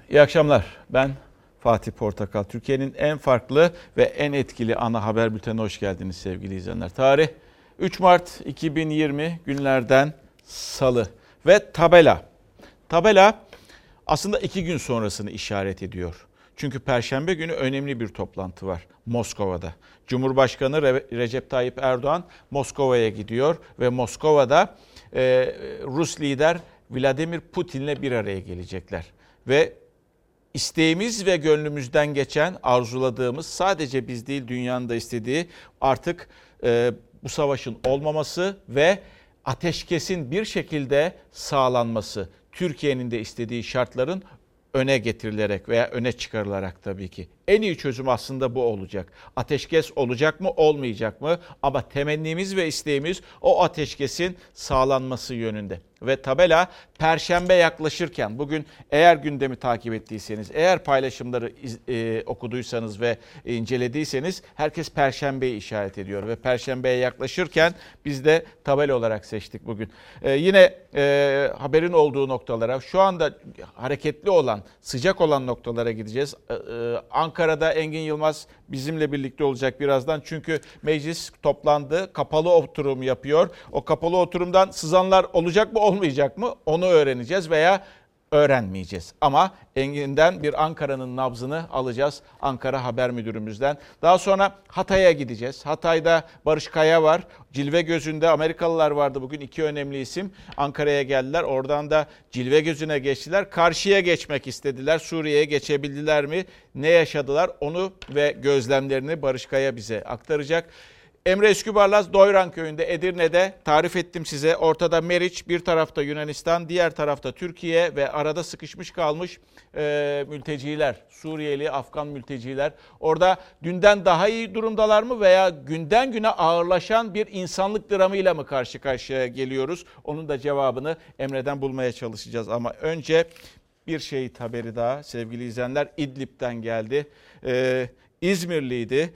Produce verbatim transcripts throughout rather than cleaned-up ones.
İyi akşamlar. Ben Fatih Portakal. Türkiye'nin en farklı ve en etkili ana haber bültenine hoş geldiniz sevgili izleyenler. Tarih üç Mart iki bin yirmi günlerden Salı ve tabela. Tabela aslında iki gün sonrasını işaret ediyor. Çünkü Perşembe günü önemli bir toplantı var Moskova'da. Cumhurbaşkanı Re- Recep Tayyip Erdoğan Moskova'ya gidiyor ve Moskova'da e, Rus lider Vladimir Putin'le bir araya gelecekler. Ve isteğimiz ve gönlümüzden geçen, arzuladığımız, sadece biz değil dünyanın da istediği artık e, bu savaşın olmaması ve ateşkesin bir şekilde sağlanması. Türkiye'nin de istediği şartların öne getirilerek veya öne çıkarılarak tabii ki. En iyi çözüm aslında bu olacak. Ateşkes olacak mı, olmayacak mı? Ama temennimiz ve isteğimiz o ateşkesin sağlanması yönünde. Ve tabela Perşembe yaklaşırken, bugün eğer gündemi takip ettiyseniz, eğer paylaşımları e, okuduysanız ve incelediyseniz herkes Perşembe'yi işaret ediyor. Ve Perşembe'ye yaklaşırken biz de tabela olarak seçtik bugün. E, yine e, haberin olduğu noktalara, şu anda hareketli olan, sıcak olan noktalara gideceğiz. E, e, Ankara'da Engin Yılmaz bizimle birlikte olacak birazdan. Çünkü meclis toplandı, kapalı oturum yapıyor. O kapalı oturumdan sızanlar olacak mı, olmayacak mı? Onu öğreneceğiz veya öğrenmeyeceğiz. Ama Engin'den bir Ankara'nın nabzını alacağız Ankara Haber Müdürümüzden. Daha sonra Hatay'a gideceğiz. Hatay'da Barış Kaya var. Cilve Gözü'nde Amerikalılar vardı bugün. İki önemli isim Ankara'ya geldiler. Oradan da Cilve Gözü'ne geçtiler. Karşıya geçmek istediler. Suriye'ye geçebildiler mi? Ne yaşadılar? Onu ve gözlemlerini Barış Kaya bize aktaracak. Emre Eskübarlaz Doyran Köyü'nde, Edirne'de tarif ettim size. Ortada Meriç, bir tarafta Yunanistan, diğer tarafta Türkiye ve arada sıkışmış kalmış e, mülteciler, Suriyeli, Afgan mülteciler. Orada dünden daha iyi durumdalar mı veya günden güne ağırlaşan bir insanlık dramıyla mı karşı karşıya geliyoruz? Onun da cevabını Emre'den bulmaya çalışacağız. Ama önce bir şehit haberi daha sevgili izleyenler. İdlib'den geldi. E, İzmirliydi.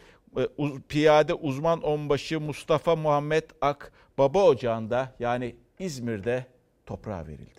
Piyade uzman onbaşı Mustafa Muhammed Ak Baba Ocağı'nda, yani İzmir'de toprağa verildi.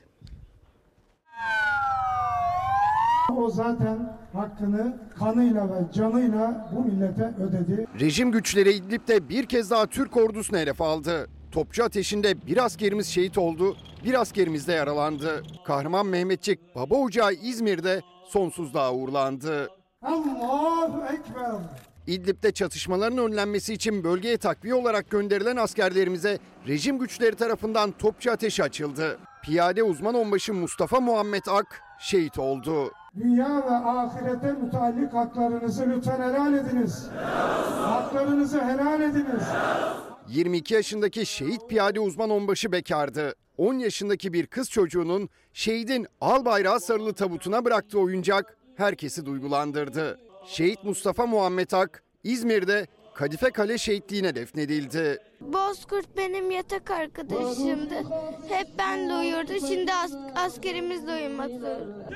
O zaten hakkını kanıyla ve canıyla bu millete ödedi. Rejim güçleri İdlib'de bir kez daha Türk ordusunu hedef aldı. Topçu ateşinde bir askerimiz şehit oldu, bir askerimiz de yaralandı. Kahraman Mehmetçik Baba Ocağı İzmir'de sonsuzluğa uğurlandı. Allahu Ekber. İdlib'de çatışmaların önlenmesi için bölgeye takviye olarak gönderilen askerlerimize rejim güçleri tarafından topçu ateşi açıldı. Piyade uzman onbaşı Mustafa Muhammed Ak şehit oldu. Dünya ve ahirete müteallik haklarınızı lütfen helal ediniz. Haklarınızı helal ediniz. yirmi iki yaşındaki şehit piyade uzman onbaşı bekardı. on yaşındaki bir kız çocuğunun şehidin al bayrağı sarılı tabutuna bıraktığı oyuncak herkesi duygulandırdı. Şehit Mustafa Muhammed Ak İzmir'de Kadife Kale şehitliğine defnedildi. Bozkurt benim yatak arkadaşımdı. Hep benle uyurdu. Şimdi as askerimizle uyumak zorunda.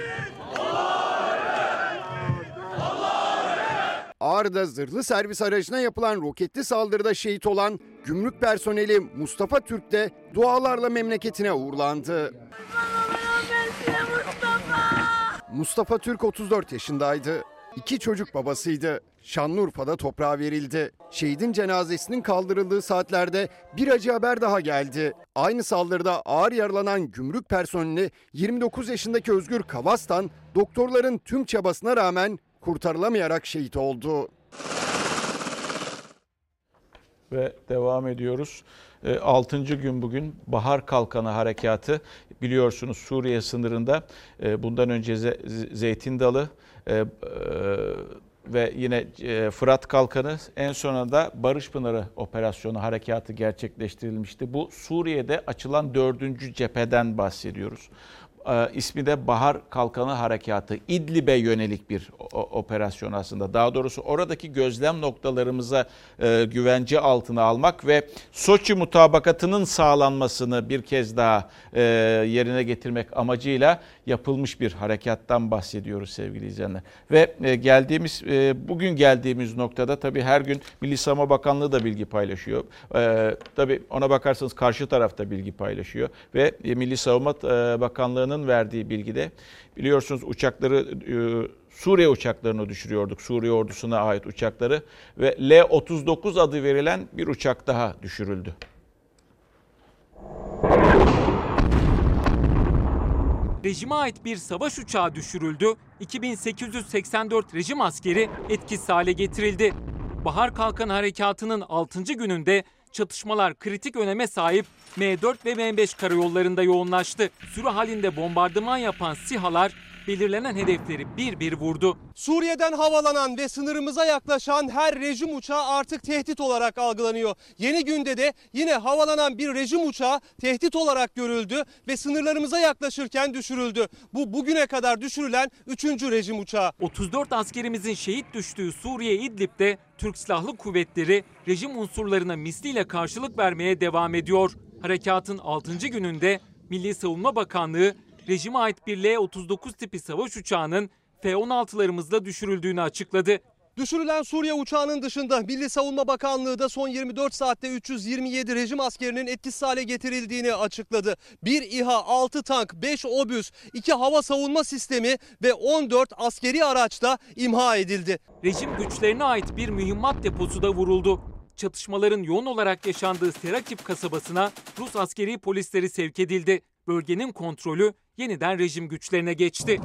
Ağrı'da zırhlı servis aracına yapılan roketli saldırıda şehit olan gümrük personeli Mustafa Türk de dualarla memleketine uğurlandı. Mustafa Türk otuz dört yaşındaydı. İki çocuk babasıydı. Şanlıurfa'da toprağa verildi. Şehidin cenazesinin kaldırıldığı saatlerde bir acı haber daha geldi. Aynı saldırıda ağır yaralanan gümrük personeli yirmi dokuz yaşındaki Özgür Kavastan doktorların tüm çabasına rağmen kurtarılamayarak şehit oldu. Ve devam ediyoruz. altıncı gün bugün Bahar Kalkanı Harekatı, biliyorsunuz Suriye sınırında, bundan önce Zeytin Dalı ve yine Fırat Kalkanı, en sonunda da Barış Pınarı operasyonu harekatı gerçekleştirilmişti. Bu Suriye'de açılan dördüncü cepheden bahsediyoruz. İsmi de Bahar Kalkanı Harekatı. İdlib'e yönelik bir operasyon aslında. Daha doğrusu oradaki gözlem noktalarımıza e, güvence altına almak ve Soçi mutabakatının sağlanmasını bir kez daha e, yerine getirmek amacıyla yapılmış bir harekattan bahsediyoruz sevgili izleyenler. Ve geldiğimiz bugün geldiğimiz noktada tabii her gün Milli Savunma Bakanlığı da bilgi paylaşıyor. Tabii ona bakarsanız karşı taraf da bilgi paylaşıyor ve Milli Savunma Bakanlığı'nın verdiği bilgide biliyorsunuz uçakları Suriye uçaklarını düşürüyorduk. Suriye ordusuna ait uçakları ve L otuz dokuz adı verilen bir uçak daha düşürüldü. Rejime ait bir savaş uçağı düşürüldü. iki bin sekiz yüz seksen dört rejim askeri etkisiz hale getirildi. Bahar Kalkan Harekatı'nın altıncı gününde çatışmalar kritik öneme sahip M dört ve M beş karayollarında yoğunlaştı. Sürü halinde bombardıman yapan SİHA'lar belirlenen hedefleri bir bir vurdu. Suriye'den havalanan ve sınırımıza yaklaşan her rejim uçağı artık tehdit olarak algılanıyor. Yeni günde de yine havalanan bir rejim uçağı tehdit olarak görüldü ve sınırlarımıza yaklaşırken düşürüldü. Bu bugüne kadar düşürülen üçüncü rejim uçağı. otuz dört askerimizin şehit düştüğü Suriye İdlib'de Türk Silahlı Kuvvetleri rejim unsurlarına misliyle karşılık vermeye devam ediyor. Harekatın altıncı gününde Milli Savunma Bakanlığı rejime ait bir L otuz dokuz tipi savaş uçağının F on altılarımızla düşürüldüğünü açıkladı. Düşürülen Suriye uçağının dışında Milli Savunma Bakanlığı da son yirmi dört saatte üç yüz yirmi yedi rejim askerinin etkisiz hale getirildiğini açıkladı. bir İHA, altı tank, beş obüs, iki hava savunma sistemi ve on dört askeri araç da imha edildi. Rejim güçlerine ait bir mühimmat deposu da vuruldu. Çatışmaların yoğun olarak yaşandığı Serakip kasabasına Rus askeri polisleri sevk edildi. Bölgenin kontrolü yeniden rejim güçlerine geçti.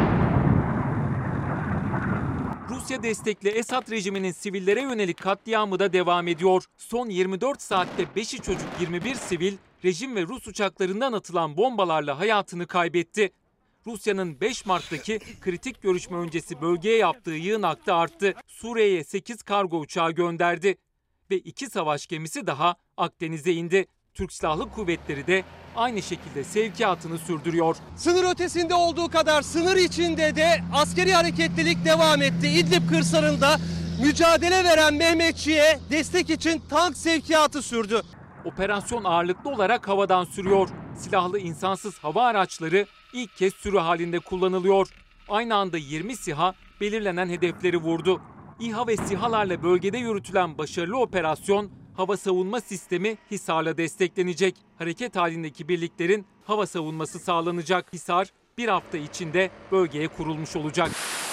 Rusya destekli Esad rejiminin sivillere yönelik katliamı da devam ediyor. Son yirmi dört saatte beşi çocuk yirmi bir sivil rejim ve Rus uçaklarından atılan bombalarla hayatını kaybetti. Rusya'nın beş Mart'taki kritik görüşme öncesi bölgeye yaptığı yığınakta arttı. Suriye'ye sekiz kargo uçağı gönderdi ve iki savaş gemisi daha Akdeniz'e indi. Türk Silahlı Kuvvetleri de aynı şekilde sevkiyatını sürdürüyor. Sınır ötesinde olduğu kadar sınır içinde de askeri hareketlilik devam etti. İdlib kırsalında mücadele veren Mehmetçi'ye destek için tank sevkiyatı sürdü. Operasyon ağırlıklı olarak havadan sürüyor. Silahlı insansız hava araçları ilk kez sürü halinde kullanılıyor. Aynı anda yirmi SİHA belirlenen hedefleri vurdu. İHA ve SİHA'larla bölgede yürütülen başarılı operasyon hava savunma sistemi Hisar'la desteklenecek. Hareket halindeki birliklerin hava savunması sağlanacak. Hisar bir hafta içinde bölgeye kurulmuş olacak.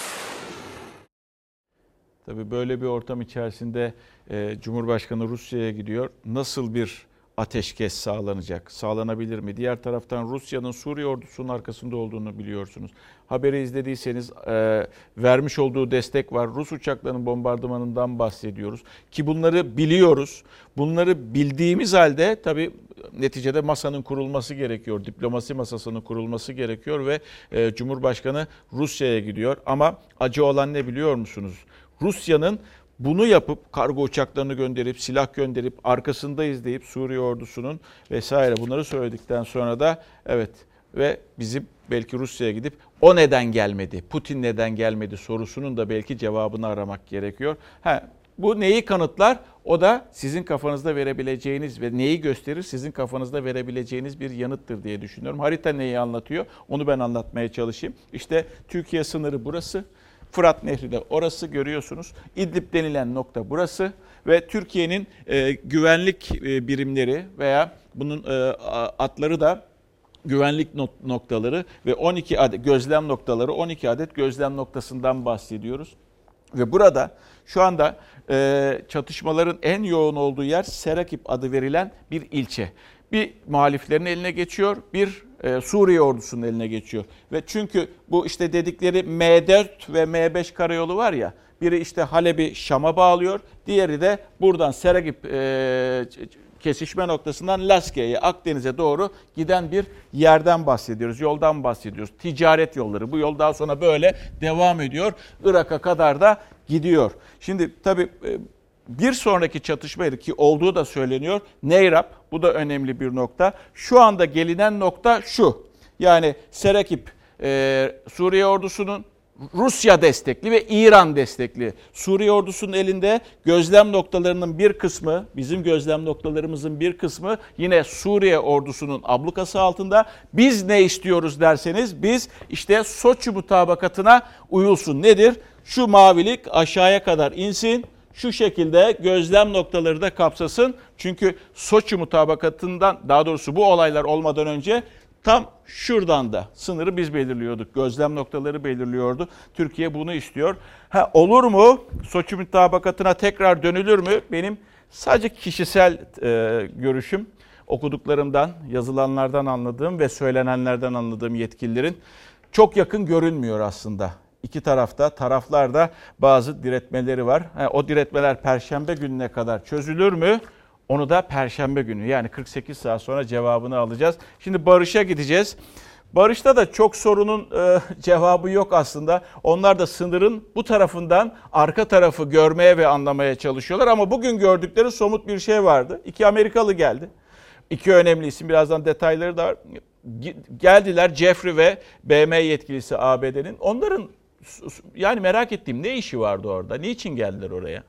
Tabii böyle bir ortam içerisinde e, Cumhurbaşkanı Rusya'ya gidiyor. Nasıl bir ateşkes sağlanacak? Sağlanabilir mi? Diğer taraftan Rusya'nın Suriye ordusunun arkasında olduğunu biliyorsunuz. Haberi izlediyseniz e, vermiş olduğu destek var. Rus uçaklarının bombardımanından bahsediyoruz. Ki bunları biliyoruz. Bunları bildiğimiz halde tabii neticede masanın kurulması gerekiyor. Diplomasi masasının kurulması gerekiyor ve e, Cumhurbaşkanı Rusya'ya gidiyor. Ama acı olan ne biliyor musunuz? Rusya'nın bunu yapıp kargo uçaklarını gönderip silah gönderip arkasındayız deyip Suriye ordusunun vesaire bunları söyledikten sonra da evet ve bizim belki Rusya'ya gidip o neden gelmedi, Putin neden gelmedi sorusunun da belki cevabını aramak gerekiyor. Ha, bu neyi kanıtlar? O da sizin kafanızda verebileceğiniz ve neyi gösterir? Sizin kafanızda verebileceğiniz bir yanıttır diye düşünüyorum. Harita neyi anlatıyor? Onu ben anlatmaya çalışayım. İşte Türkiye sınırı burası. Fırat Nehri de orası görüyorsunuz. İdlib denilen nokta burası ve Türkiye'nin e, güvenlik e, birimleri veya bunun e, atları da güvenlik noktaları ve on iki adet gözlem noktaları, on iki adet gözlem noktasından bahsediyoruz. Ve burada şu anda e, çatışmaların en yoğun olduğu yer Serakip adı verilen bir ilçe. Bir muhaliflerin eline geçiyor, bir e, Suriye ordusunun eline geçiyor. Ve çünkü bu işte dedikleri M dört ve M beş karayolu var ya, biri işte Halep'i Şam'a bağlıyor, diğeri de buradan Serakip e, kesişme noktasından Laskiye'ye, Akdeniz'e doğru giden bir yerden bahsediyoruz, yoldan bahsediyoruz. Ticaret yolları, bu yol daha sonra böyle devam ediyor, Irak'a kadar da gidiyor. Şimdi tabii bir sonraki çatışmaydı ki olduğu da söyleniyor. Neyrab, bu da önemli bir nokta. Şu anda gelinen nokta şu. Yani Serakip, e, Suriye ordusunun, Rusya destekli ve İran destekli. Suriye ordusunun elinde gözlem noktalarının bir kısmı, bizim gözlem noktalarımızın bir kısmı yine Suriye ordusunun ablukası altında. Biz ne istiyoruz derseniz biz işte Soçi mutabakatına uyulsun. Nedir? Şu mavilik aşağıya kadar insin. Şu şekilde gözlem noktaları da kapsasın. Çünkü Soçi mutabakatından, daha doğrusu bu olaylar olmadan önce tam şuradan da sınırı biz belirliyorduk. Gözlem noktaları belirliyordu. Türkiye bunu istiyor. Ha, olur mu? Soçi mutabakatına tekrar dönülür mü? Benim sadece kişisel e, görüşüm, okuduklarımdan, yazılanlardan anladığım ve söylenenlerden anladığım yetkililerin çok yakın görünmüyor aslında. İki tarafta, taraflarda bazı diretmeleri var. Ha, o diretmeler Perşembe gününe kadar çözülür mü? Onu da Perşembe günü, yani kırk sekiz saat sonra cevabını alacağız. Şimdi Barış'a gideceğiz. Barış'ta da çok sorunun e, cevabı yok aslında. Onlar da sınırın bu tarafından arka tarafı görmeye ve anlamaya çalışıyorlar. Ama bugün gördükleri somut bir şey vardı. İki Amerikalı geldi. İki önemli isim, birazdan detayları da var. Geldiler, Jeffrey ve B M yetkilisi A B D'nin. Onların yani merak ettiğim ne işi vardı orada? Niçin geldiler oraya?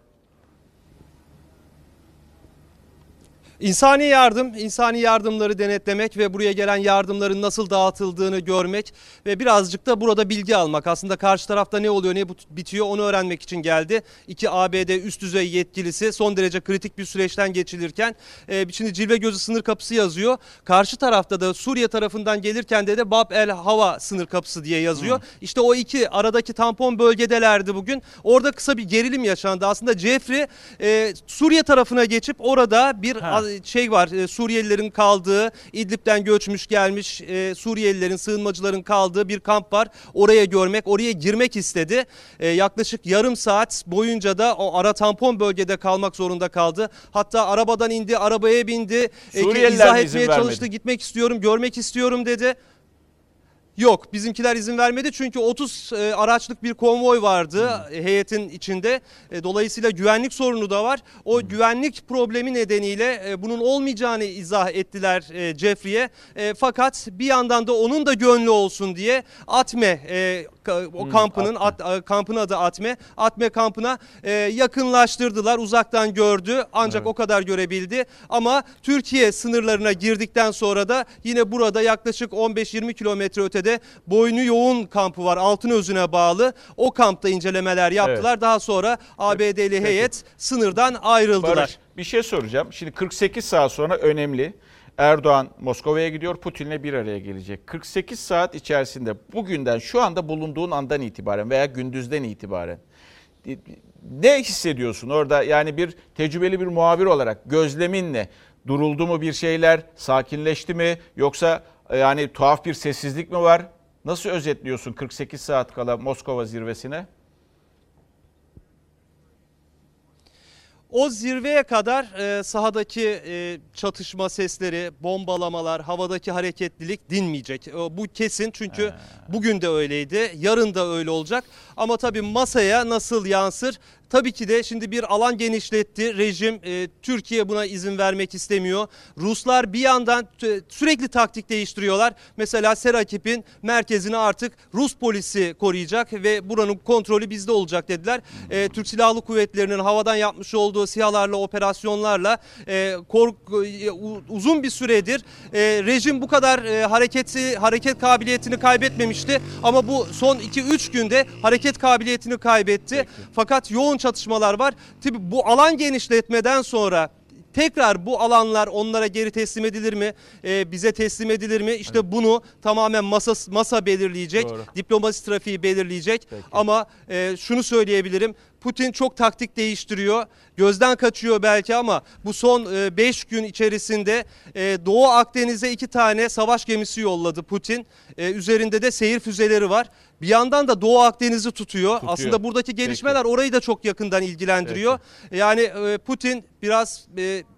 İnsani yardım, insani yardımları denetlemek ve buraya gelen yardımların nasıl dağıtıldığını görmek ve birazcık da burada bilgi almak. Aslında karşı tarafta ne oluyor, ne bitiyor onu öğrenmek için geldi. İki A B D üst düzey yetkilisi son derece kritik bir süreçten geçilirken e, şimdi Cilve Gözü sınır kapısı yazıyor. Karşı tarafta da Suriye tarafından gelirken de de Bab el Hava sınır kapısı diye yazıyor. Hmm. İşte o iki aradaki tampon bölgedelerdi bugün. Orada kısa bir gerilim yaşandı. Aslında Jeffrey e, Suriye tarafına geçip orada bir ha. şey var, Suriyelilerin kaldığı, İdlib'den göçmüş gelmiş e, Suriyelilerin, sığınmacıların kaldığı bir kamp var. Oraya görmek, oraya girmek istedi. E, yaklaşık yarım saat boyunca da o ara tampon bölgede kalmak zorunda kaldı. Hatta arabadan indi, arabaya bindi. E, izah etmeye çalıştı, gitmek istiyorum, görmek istiyorum dedi. Yok, bizimkiler izin vermedi çünkü otuz e, araçlık bir konvoy vardı hmm. heyetin içinde. E, dolayısıyla güvenlik sorunu da var. O hmm. güvenlik problemi nedeniyle e, bunun olmayacağını izah ettiler e, Jeffrey'e. E, fakat bir yandan da onun da gönlü olsun diye Atme e, o kampının hmm, at, kampın adı Atme. Atme kampına e, yakınlaştırdılar. Uzaktan gördü ancak evet. o kadar görebildi. Ama Türkiye sınırlarına girdikten sonra da yine burada yaklaşık on beş yirmi kilometre ötede Boynu Yoğun kampı var. Altınözü'ne bağlı. O kampta incelemeler yaptılar. Evet. Daha sonra A B D'li Peki. heyet sınırdan ayrıldılar. Barış, bir şey soracağım. Şimdi kırk sekiz saat sonra önemli. Erdoğan Moskova'ya gidiyor, Putin'le bir araya gelecek. kırk sekiz saat içerisinde bugünden, şu anda bulunduğun andan itibaren veya gündüzden itibaren ne hissediyorsun orada? Yani bir tecrübeli bir muhabir olarak gözleminle duruldu mu bir şeyler, sakinleşti mi, yoksa yani tuhaf bir sessizlik mi var? Nasıl özetliyorsun kırk sekiz saat kala Moskova zirvesine? O zirveye kadar e, sahadaki e, çatışma sesleri, bombalamalar, havadaki hareketlilik dinmeyecek. E, bu kesin çünkü He. bugün de öyleydi, yarın da öyle olacak. Ama tabii masaya nasıl yansır? Tabii ki de şimdi bir alan genişletti rejim. E, Türkiye buna izin vermek istemiyor. Ruslar bir yandan sürekli taktik değiştiriyorlar. Mesela Serakip'in merkezini artık Rus polisi koruyacak ve buranın kontrolü bizde olacak dediler. E, Türk Silahlı Kuvvetleri'nin havadan yapmış olduğu SİHA'larla, operasyonlarla e, kork, e, uzun bir süredir e, rejim bu kadar e, hareketi, hareket kabiliyetini kaybetmemişti. Ama bu son iki üç günde hareket kabiliyetini kaybetti. Peki. Fakat yoğun çatışmalar var. Tabii bu alan genişletmeden sonra tekrar bu alanlar onlara geri teslim edilir mi? Ee, bize teslim edilir mi? İşte evet. bunu tamamen masa masa belirleyecek. Doğru. Diplomasi trafiği belirleyecek. Peki. Ama e, şunu söyleyebilirim. Putin çok taktik değiştiriyor. Gözden kaçıyor belki ama bu son beş gün içerisinde e, Doğu Akdeniz'e iki tane savaş gemisi yolladı Putin. E, üzerinde de seyir füzeleri var. Bir yandan da Doğu Akdeniz'i tutuyor. tutuyor. Aslında buradaki gelişmeler Peki. orayı da çok yakından ilgilendiriyor. Peki. Yani e, Putin biraz e,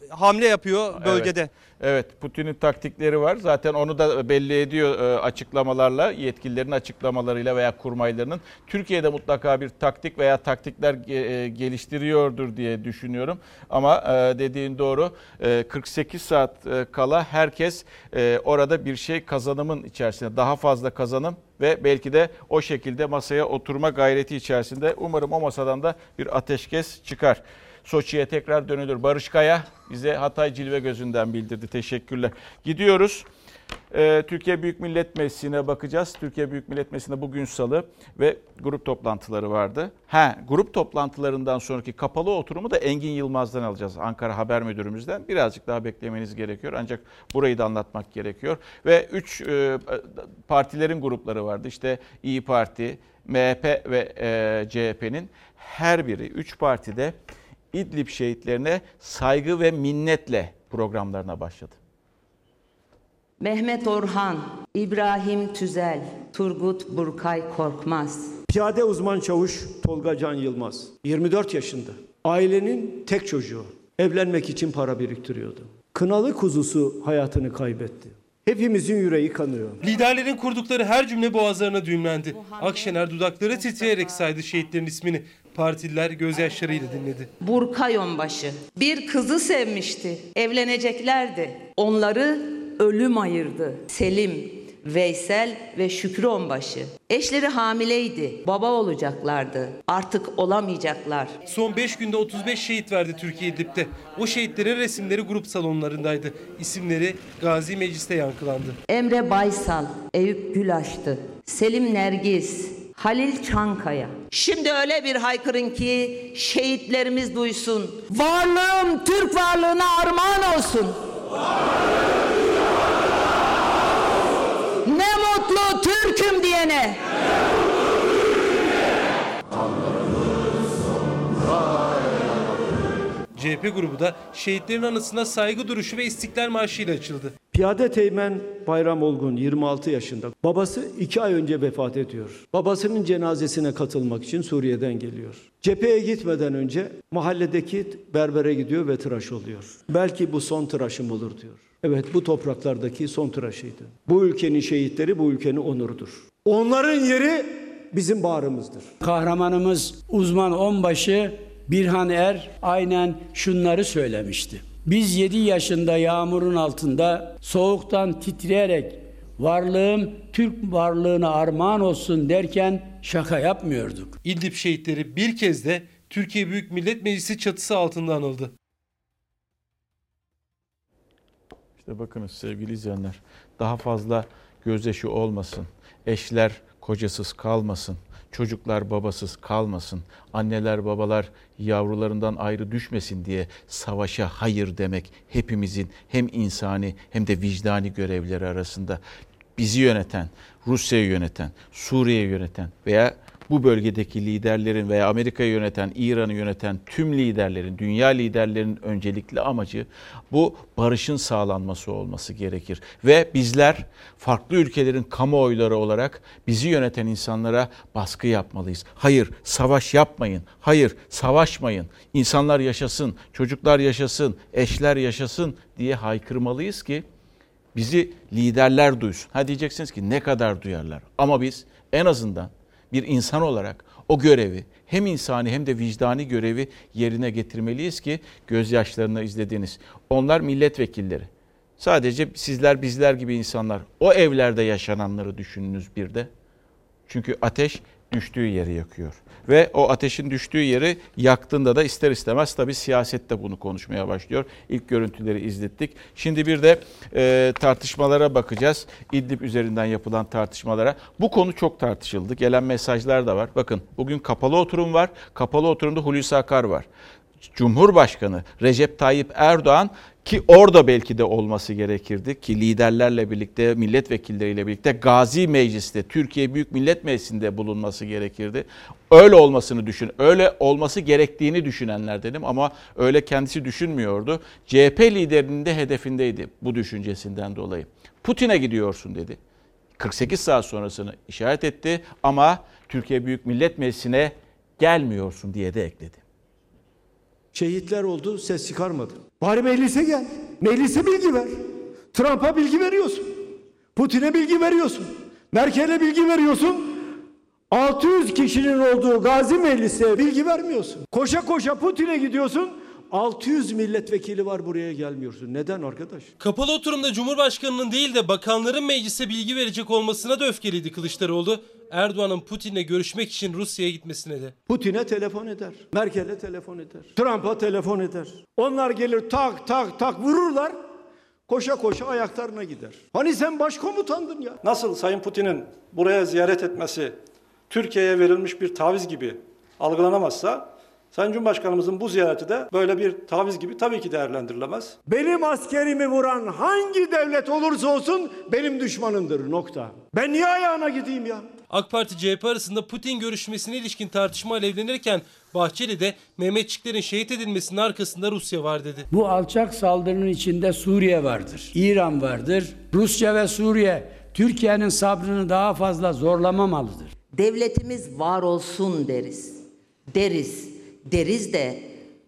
hamle yapıyor bölgede. Evet. Evet, Putin'in taktikleri var. Zaten onu da belli ediyor açıklamalarla, yetkililerin açıklamalarıyla veya kurmaylarının. Türkiye'de mutlaka bir taktik veya taktikler geliştiriyordur diye düşünüyorum. Ama dediğin doğru, kırk sekiz saat kala herkes orada bir şey kazanımın içerisinde, daha fazla kazanım ve belki de o şekilde masaya oturma gayreti içerisinde. Umarım o masadan da bir ateşkes çıkar. Soçi'ye tekrar dönülür. Barış Kaya bize Hatay Cilve Gözü'nden bildirdi. Teşekkürler. Gidiyoruz. Ee, Türkiye Büyük Millet Meclisi'ne bakacağız. Türkiye Büyük Millet Meclisi'nde bugün salı ve grup toplantıları vardı. Ha, grup toplantılarından sonraki kapalı oturumu da Engin Yılmaz'dan alacağız. Ankara Haber Müdürümüzden. Birazcık daha beklemeniz gerekiyor. Ancak burayı da anlatmak gerekiyor. Ve üç e, partilerin grupları vardı. İşte İYİ Parti, M H P ve e, C H P'nin her biri, üç partide İdlib şehitlerine saygı ve minnetle programlarına başladı. Mehmet Orhan, İbrahim Tüzel, Turgut Burkay Korkmaz. Piyade uzman çavuş Tolga Can Yılmaz, yirmi dört yaşında. Ailenin tek çocuğu. Evlenmek için para biriktiriyordu. Kınalı kuzusu hayatını kaybetti. Hepimizin yüreği kanıyor. Liderlerin kurdukları her cümle boğazlarına düğümlendi. Akşener dudakları titreyerek saydı şehitlerin ismini. Partililer gözyaşlarıyla dinledi. Burkay Onbaşı bir kızı sevmişti. Evleneceklerdi. Onları ölüm ayırdı. Selim, Veysel ve Şükrü Onbaşı. Eşleri hamileydi. Baba olacaklardı. Artık olamayacaklar. Son beş günde otuz beş şehit verdi Türkiye İdlib'de. O şehitlerin resimleri grup salonlarındaydı. İsimleri Gazi Meclis'te yankılandı. Emre Baysal, Eyüp Gülaştı, Selim Nergis, Halil Çankaya. Şimdi öyle bir haykırın ki şehitlerimiz duysun. Varlığım Türk varlığına armağan olsun. Ne mutlu Türk'üm diyene. C H P grubu da şehitlerin anısına saygı duruşu ve İstiklal Marşı ile açıldı. Piyade Teğmen Bayram Olgun yirmi altı yaşında. Babası iki ay önce vefat ediyor. Babasının cenazesine katılmak için Suriye'den geliyor. Cepheye gitmeden önce mahalledeki berbere gidiyor ve tıraş oluyor. Belki bu son tıraşım olur diyor. Evet, bu topraklardaki son tıraşıydı. Bu ülkenin şehitleri bu ülkenin onurudur. Onların yeri bizim bağrımızdır. Kahramanımız uzman onbaşı Birhan Er aynen şunları söylemişti. Biz yedi yaşında yağmurun altında soğuktan titreyerek varlığım Türk varlığına armağan olsun derken şaka yapmıyorduk. İdlib şehitleri bir kez de Türkiye Büyük Millet Meclisi çatısı altında anıldı. İşte bakınız sevgili izleyenler, daha fazla gözyaşı olmasın, eşler kocasız kalmasın, çocuklar babasız kalmasın, anneler babalar yavrularından ayrı düşmesin diye savaşa hayır demek hepimizin hem insani hem de vicdani görevleri arasında. Bizi yöneten, Rusya'yı yöneten, Suriye'yi yöneten veya bu bölgedeki liderlerin veya Amerika'yı yöneten, İran'ı yöneten tüm liderlerin, dünya liderlerinin öncelikli amacı bu barışın sağlanması olması gerekir. Ve bizler farklı ülkelerin kamuoyları olarak bizi yöneten insanlara baskı yapmalıyız. Hayır, savaş yapmayın. Hayır, savaşmayın. İnsanlar yaşasın, çocuklar yaşasın, eşler yaşasın diye haykırmalıyız ki bizi liderler duysun. Ha diyeceksiniz ki ne kadar duyarlar. Ama biz en azından bir insan olarak o görevi hem insani hem de vicdani görevi yerine getirmeliyiz ki gözyaşlarını izlediğiniz onlar milletvekilleri. Sadece sizler bizler gibi insanlar. O evlerde yaşananları düşününüz bir de. Çünkü ateş düştüğü yeri yakıyor. Ve o ateşin düştüğü yeri yaktığında da ister istemez tabii siyaset de bunu konuşmaya başlıyor. İlk görüntüleri izlettik. Şimdi bir de e, tartışmalara bakacağız. İdlib üzerinden yapılan tartışmalara. Bu konu çok tartışıldı. Gelen mesajlar da var. Bakın bugün kapalı oturum var. Kapalı oturumda Hulusi Akar var. Cumhurbaşkanı Recep Tayyip Erdoğan ki orada belki de olması gerekirdi ki liderlerle birlikte, milletvekilleriyle birlikte Gazi Meclis'te, Türkiye Büyük Millet Meclisi'nde bulunması gerekirdi. Öyle olmasını düşün, öyle olması gerektiğini düşünenler dedim ama öyle kendisi düşünmüyordu. C H P liderinin de hedefindeydi bu düşüncesinden dolayı. Putin'e gidiyorsun dedi. kırk sekiz saat sonrasını işaret etti ama Türkiye Büyük Millet Meclisi'ne gelmiyorsun diye de ekledi. Şehitler oldu, ses çıkarmadı. Bari meclise gel. Meclise bilgi ver. Trump'a bilgi veriyorsun. Putin'e bilgi veriyorsun. Merkel'e bilgi veriyorsun. altı yüz kişinin olduğu Gazi Meclis'e bilgi vermiyorsun. Koşa koşa Putin'e gidiyorsun. altı yüz milletvekili var, buraya gelmiyorsun. Neden arkadaş? Kapalı oturumda Cumhurbaşkanı'nın değil de bakanların meclise bilgi verecek olmasına da öfkeliydi Kılıçdaroğlu. Erdoğan'ın Putin'le görüşmek için Rusya'ya gitmesine de. Putin'e telefon eder. Merkel'e telefon eder. Trump'a telefon eder. Onlar gelir tak tak tak vururlar. Koşa koşa ayaklarına gider. Hani sen başkomutandın ya. Nasıl Sayın Putin'in buraya ziyaret etmesi Türkiye'ye verilmiş bir taviz gibi algılanamazsa, Sayın Cumhurbaşkanımızın bu ziyareti de böyle bir taviz gibi tabii ki değerlendirilemez. Benim askerimi vuran hangi devlet olursa olsun benim düşmanımdır, nokta. Ben niye ayağına gideyim ya? AK Parti C H P arasında Putin görüşmesine ilişkin tartışma alevlenirken Bahçeli de Mehmetçiklerin şehit edilmesinin arkasında Rusya var dedi. Bu alçak saldırının içinde Suriye vardır, İran vardır. Rusya ve Suriye Türkiye'nin sabrını daha fazla zorlamamalıdır. Devletimiz var olsun deriz. Deriz. Deriz de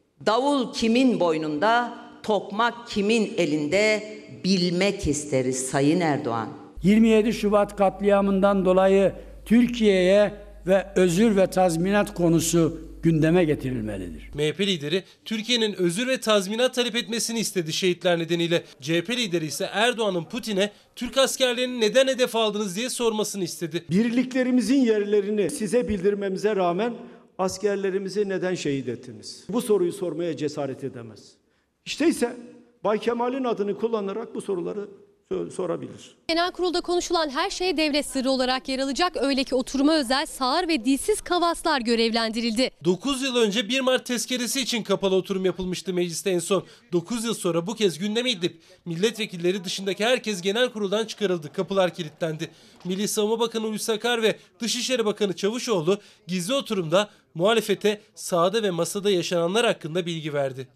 davul kimin boynunda, tokmak kimin elinde bilmek isteriz Sayın Erdoğan. yirmi yedi Şubat katliamından dolayı Türkiye'ye ve özür ve tazminat konusu gündeme getirilmelidir. M H P lideri Türkiye'nin özür ve tazminat talep etmesini istedi şehitler nedeniyle. C H P lideri ise Erdoğan'ın Putin'e Türk askerlerini neden hedef aldınız diye sormasını istedi. Birliklerimizin yerlerini size bildirmemize rağmen askerlerimizi neden şehit ettiniz? Bu soruyu sormaya cesaret edemez. İşte ise Bay Kemal'in adını kullanarak bu soruları sorabilir. Genel kurulda konuşulan her şey devlet sırrı olarak yer alacak. Öyle ki oturuma özel sağır ve dilsiz kavaslar görevlendirildi. dokuz yıl önce bir Mart tezkeresi için kapalı oturum yapılmıştı mecliste en son. dokuz yıl sonra bu kez gündeme gidip milletvekilleri dışındaki herkes genel kuruldan çıkarıldı. Kapılar kilitlendi. Milli Savunma Bakanı Hulusi Akar ve Dışişleri Bakanı Çavuşoğlu gizli oturumda muhalefete sahada ve masada yaşananlar hakkında bilgi verdi.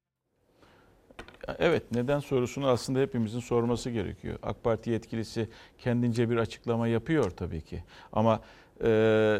Evet, neden sorusunu aslında hepimizin sorması gerekiyor. AK Parti yetkilisi kendince bir açıklama yapıyor tabii ki. Ama e,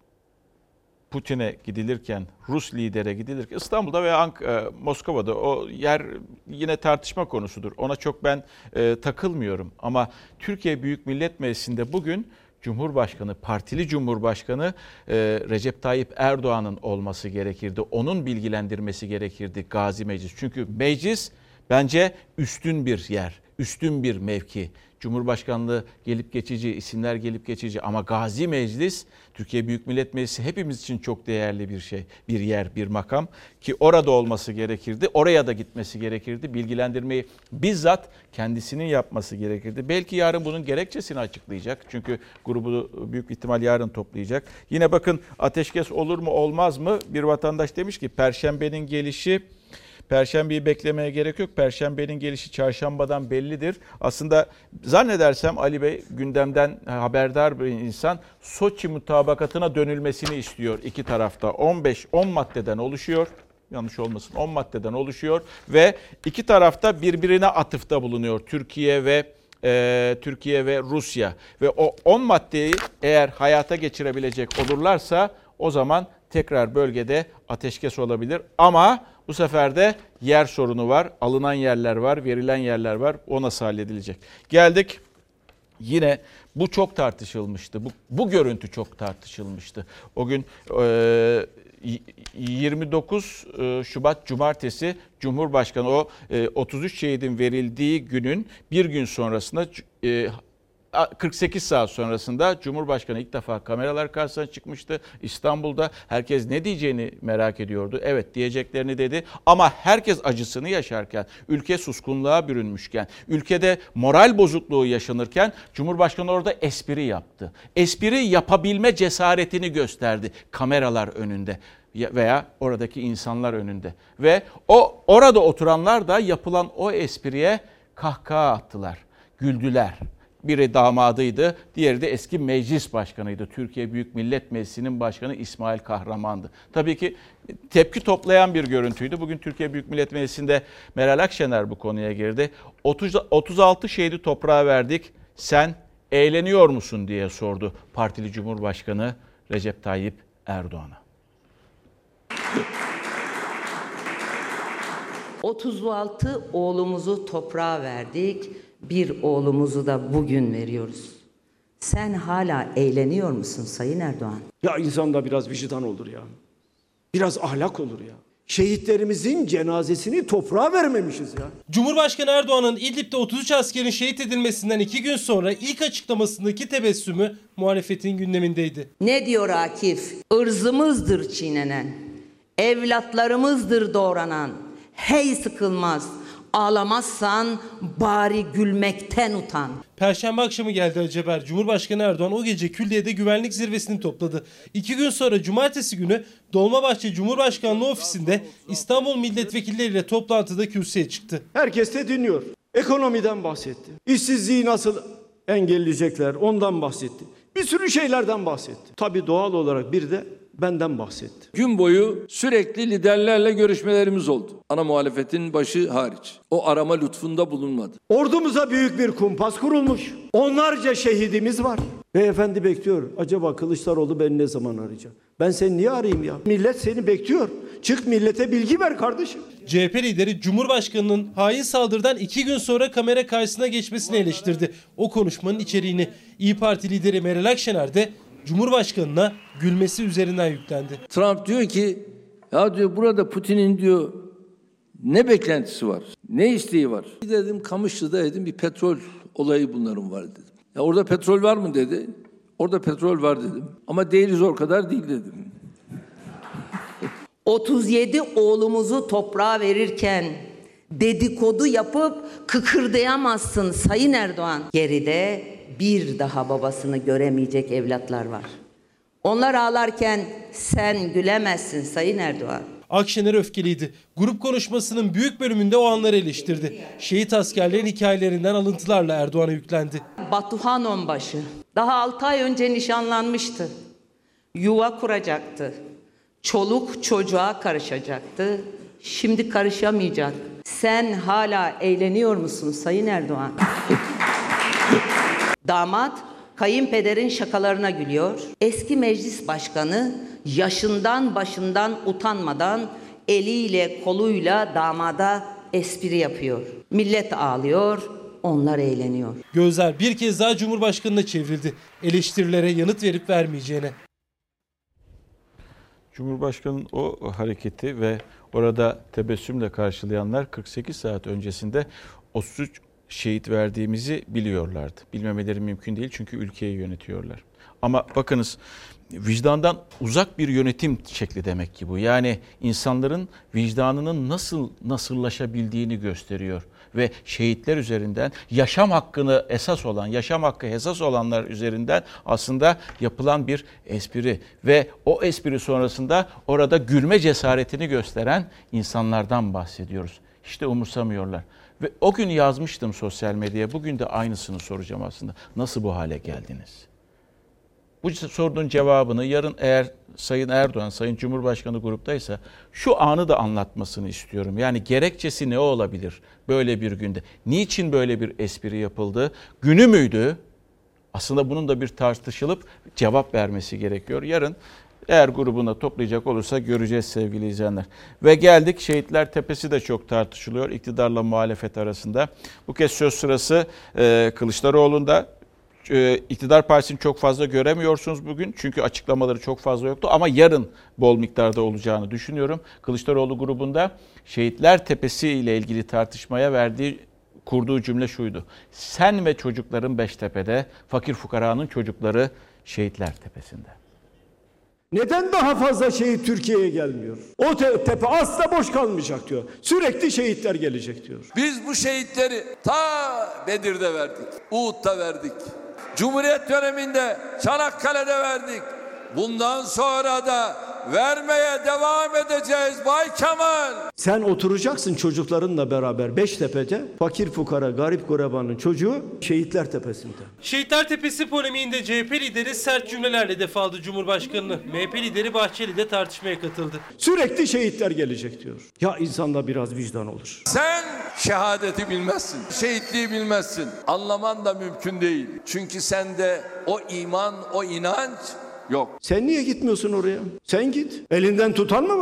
Putin'e gidilirken, Rus lidere gidilirken İstanbul'da veya Ank e, Moskova'da o yer yine tartışma konusudur. Ona çok ben e, takılmıyorum. Ama Türkiye Büyük Millet Meclisi'nde bugün Cumhurbaşkanı, partili Cumhurbaşkanı e, Recep Tayyip Erdoğan'ın olması gerekirdi. Onun bilgilendirmesi gerekirdi Gazi Meclis. Çünkü meclis bence üstün bir yer, üstün bir mevki. Cumhurbaşkanlığı gelip geçici, isimler gelip geçici ama Gazi Meclis, Türkiye Büyük Millet Meclisi hepimiz için çok değerli bir şey, bir yer, bir makam ki orada olması gerekirdi, oraya da gitmesi gerekirdi. Bilgilendirmeyi bizzat kendisinin yapması gerekirdi. Belki yarın bunun gerekçesini açıklayacak çünkü grubu büyük ihtimal yarın toplayacak. Yine bakın ateşkes olur mu olmaz mı? Bir vatandaş demiş ki Perşembenin gelişi, Perşembeyi beklemeye gerek yok. Perşembenin gelişi çarşambadan bellidir. Aslında zannedersem Ali Bey gündemden haberdar bir insan. Soçi mutabakatına dönülmesini istiyor iki tarafta. on beş on maddeden oluşuyor. Yanlış olmasın on maddeden oluşuyor ve iki tarafta birbirine atıfta bulunuyor. Türkiye ve e, Türkiye ve Rusya ve o on maddeyi eğer hayata geçirebilecek olurlarsa o zaman tekrar bölgede ateşkes olabilir ama bu sefer de yer sorunu var, alınan yerler var, verilen yerler var. O nasıl halledilecek? Geldik yine bu çok tartışılmıştı. Bu, bu görüntü çok tartışılmıştı. O gün e, yirmi dokuz Şubat Cumartesi Cumhurbaşkanı o e, otuz üç şehidin verildiği günün bir gün sonrasında e, kırk sekiz saat sonrasında Cumhurbaşkanı ilk defa kameralar karşısına çıkmıştı. İstanbul'da herkes ne diyeceğini merak ediyordu. Evet diyeceklerini dedi ama herkes acısını yaşarken, ülke suskunluğa bürünmüşken, ülkede moral bozukluğu yaşanırken Cumhurbaşkanı orada espri yaptı. Espri yapabilme cesaretini gösterdi kameralar önünde veya oradaki insanlar önünde. Ve o orada oturanlar da yapılan o espriye kahkaha attılar, güldüler. Biri damadıydı, diğeri de eski meclis başkanıydı. Türkiye Büyük Millet Meclisi'nin başkanı İsmail Kahraman'dı. Tabii ki tepki toplayan bir görüntüydü. Bugün Türkiye Büyük Millet Meclisi'nde Meral Akşener bu konuya girdi. otuz altı şehidi toprağa verdik, sen eğleniyor musun diye sordu partili Cumhurbaşkanı Recep Tayyip Erdoğan'a. otuz altı oğlumuzu toprağa verdik. Bir oğlumuzu da bugün veriyoruz. Sen hala eğleniyor musun Sayın Erdoğan? Ya insanda biraz vicdan olur ya. Biraz ahlak olur ya. Şehitlerimizin cenazesini toprağa vermemişiz ya. Cumhurbaşkanı Erdoğan'ın İdlib'de otuz üç askerin şehit edilmesinden iki gün sonra ilk açıklamasındaki tebessümü muhalefetin gündemindeydi. Ne diyor Akif? Irzımızdır çiğnenen, evlatlarımızdır doğranan. Hey sıkılmaz, ağlamazsan bari gülmekten utan. Perşembe akşamı geldi acı haber. Cumhurbaşkanı Erdoğan o gece Külliye'de güvenlik zirvesini topladı. İki gün sonra cumartesi günü Dolmabahçe Cumhurbaşkanlığı ofisinde İstanbul milletvekilleriyle toplantıda kürsüye çıktı. Herkes de dinliyor. Ekonomiden bahsetti. İşsizliği nasıl engelleyecekler ondan bahsetti. Bir sürü şeylerden bahsetti. Tabii doğal olarak bir de benden bahsetti. Gün boyu sürekli liderlerle görüşmelerimiz oldu. Ana muhalefetin başı hariç. O arama lütfunda bulunmadı. Ordumuza büyük bir kumpas kurulmuş. Onlarca şehidimiz var. Beyefendi bekliyor. Acaba Kılıçdaroğlu beni ne zaman arayacak? Ben seni niye arayayım ya? Millet seni bekliyor. Çık millete bilgi ver kardeşim. C H P lideri Cumhurbaşkanı'nın hain saldırıdan iki gün sonra kamera karşısına geçmesini eleştirdi. O konuşmanın içeriğini İYİ Parti lideri Meral Akşener de Cumhurbaşkanı'na gülmesi üzerinden yüklendi. Trump diyor ki ya diyor burada Putin'in diyor ne beklentisi var? Ne isteği var? Dedim Kamışlı'da dedim bir petrol olayı bunların var dedim. Ya orada petrol var mı dedi. Orada petrol var dedim. Ama değiliz o kadar değil dedim. otuz yedi oğlumuzu toprağa verirken dedikodu yapıp kıkırdayamazsın Sayın Erdoğan. Geride bir daha babasını göremeyecek evlatlar var. Onlar ağlarken sen gülemezsin Sayın Erdoğan. Akşener öfkeliydi. Grup konuşmasının büyük bölümünde o anları eleştirdi. Şehit askerlerin hikayelerinden alıntılarla Erdoğan'a yüklendi. Batuhan Onbaşı daha altı ay önce nişanlanmıştı. Yuva kuracaktı. Çoluk çocuğa karışacaktı. Şimdi karışamayacak. Sen hala eğleniyor musun Sayın Erdoğan? Damat kayınpederin şakalarına gülüyor. Eski meclis başkanı yaşından başından utanmadan eliyle koluyla damada espri yapıyor. Millet ağlıyor, onlar eğleniyor. Gözler bir kez daha Cumhurbaşkanı'na çevrildi. Eleştirilere yanıt verip vermeyeceğine. Cumhurbaşkanı'nın o hareketi ve orada tebessümle karşılayanlar kırk sekiz saat öncesinde otuz üç şehit verdiğimizi biliyorlardı. Bilmemeleri mümkün değil çünkü ülkeyi yönetiyorlar. Ama bakınız vicdandan uzak bir yönetim şekli demek ki bu. Yani insanların vicdanının nasıl nasırlaşabildiğini gösteriyor. Ve şehitler üzerinden yaşam hakkını esas olan, yaşam hakkı esas olanlar üzerinden aslında yapılan bir espri. Ve o espri sonrasında orada gülme cesaretini gösteren insanlardan bahsediyoruz. İşte umursamıyorlar. Ve o gün yazmıştım sosyal medyaya, bugün de aynısını soracağım aslında. Nasıl bu hale geldiniz? Bu sorunun cevabını yarın eğer Sayın Erdoğan, Sayın Cumhurbaşkanı gruptaysa şu anı da anlatmasını istiyorum. Yani gerekçesi ne olabilir böyle bir günde? Niçin böyle bir espri yapıldı? Günü müydü? Aslında bunun da bir tartışılıp cevap vermesi gerekiyor. Yarın eğer grubuna toplayacak olursa göreceğiz sevgili izleyenler. Ve geldik Şehitler Tepesi de çok tartışılıyor iktidarla muhalefet arasında. Bu kez söz sırası e, Kılıçdaroğlu'nda. İktidar Partisi'ni çok fazla göremiyorsunuz bugün. Çünkü açıklamaları çok fazla yoktu. Ama yarın bol miktarda olacağını düşünüyorum. Kılıçdaroğlu grubunda Şehitler Tepesi ile ilgili tartışmaya verdiği, kurduğu cümle şuydu. Sen ve çocukların Beştepe'de, fakir fukaranın çocukları Şehitler Tepesi'nde. Neden daha fazla şehit Türkiye'ye gelmiyor? O te- tepe asla boş kalmayacak diyor. Sürekli şehitler gelecek diyor. Biz bu şehitleri ta Bedir'de verdik. Uhud'da verdik. Cumhuriyet döneminde Çanakkale'de verdik. Bundan sonra da vermeye devam edeceğiz Bay Kemal. Sen oturacaksın çocuklarınla beraber Beştepe'de. Fakir fukara, garip gurabanın çocuğu Şehitler Tepesi'nde. Şehitler Tepesi polemiğinde C H P lideri sert cümlelerle def aldı Cumhurbaşkanı'nı. M H P lideri Bahçeli de tartışmaya katıldı. Sürekli şehitler gelecek diyor. Ya insanda biraz vicdan olur. Sen şehadeti bilmezsin, şehitliği bilmezsin. Anlaman da mümkün değil. Çünkü sende o iman, o inanç yok. Sen niye gitmiyorsun oraya? Sen git. Elinden tutan mı var?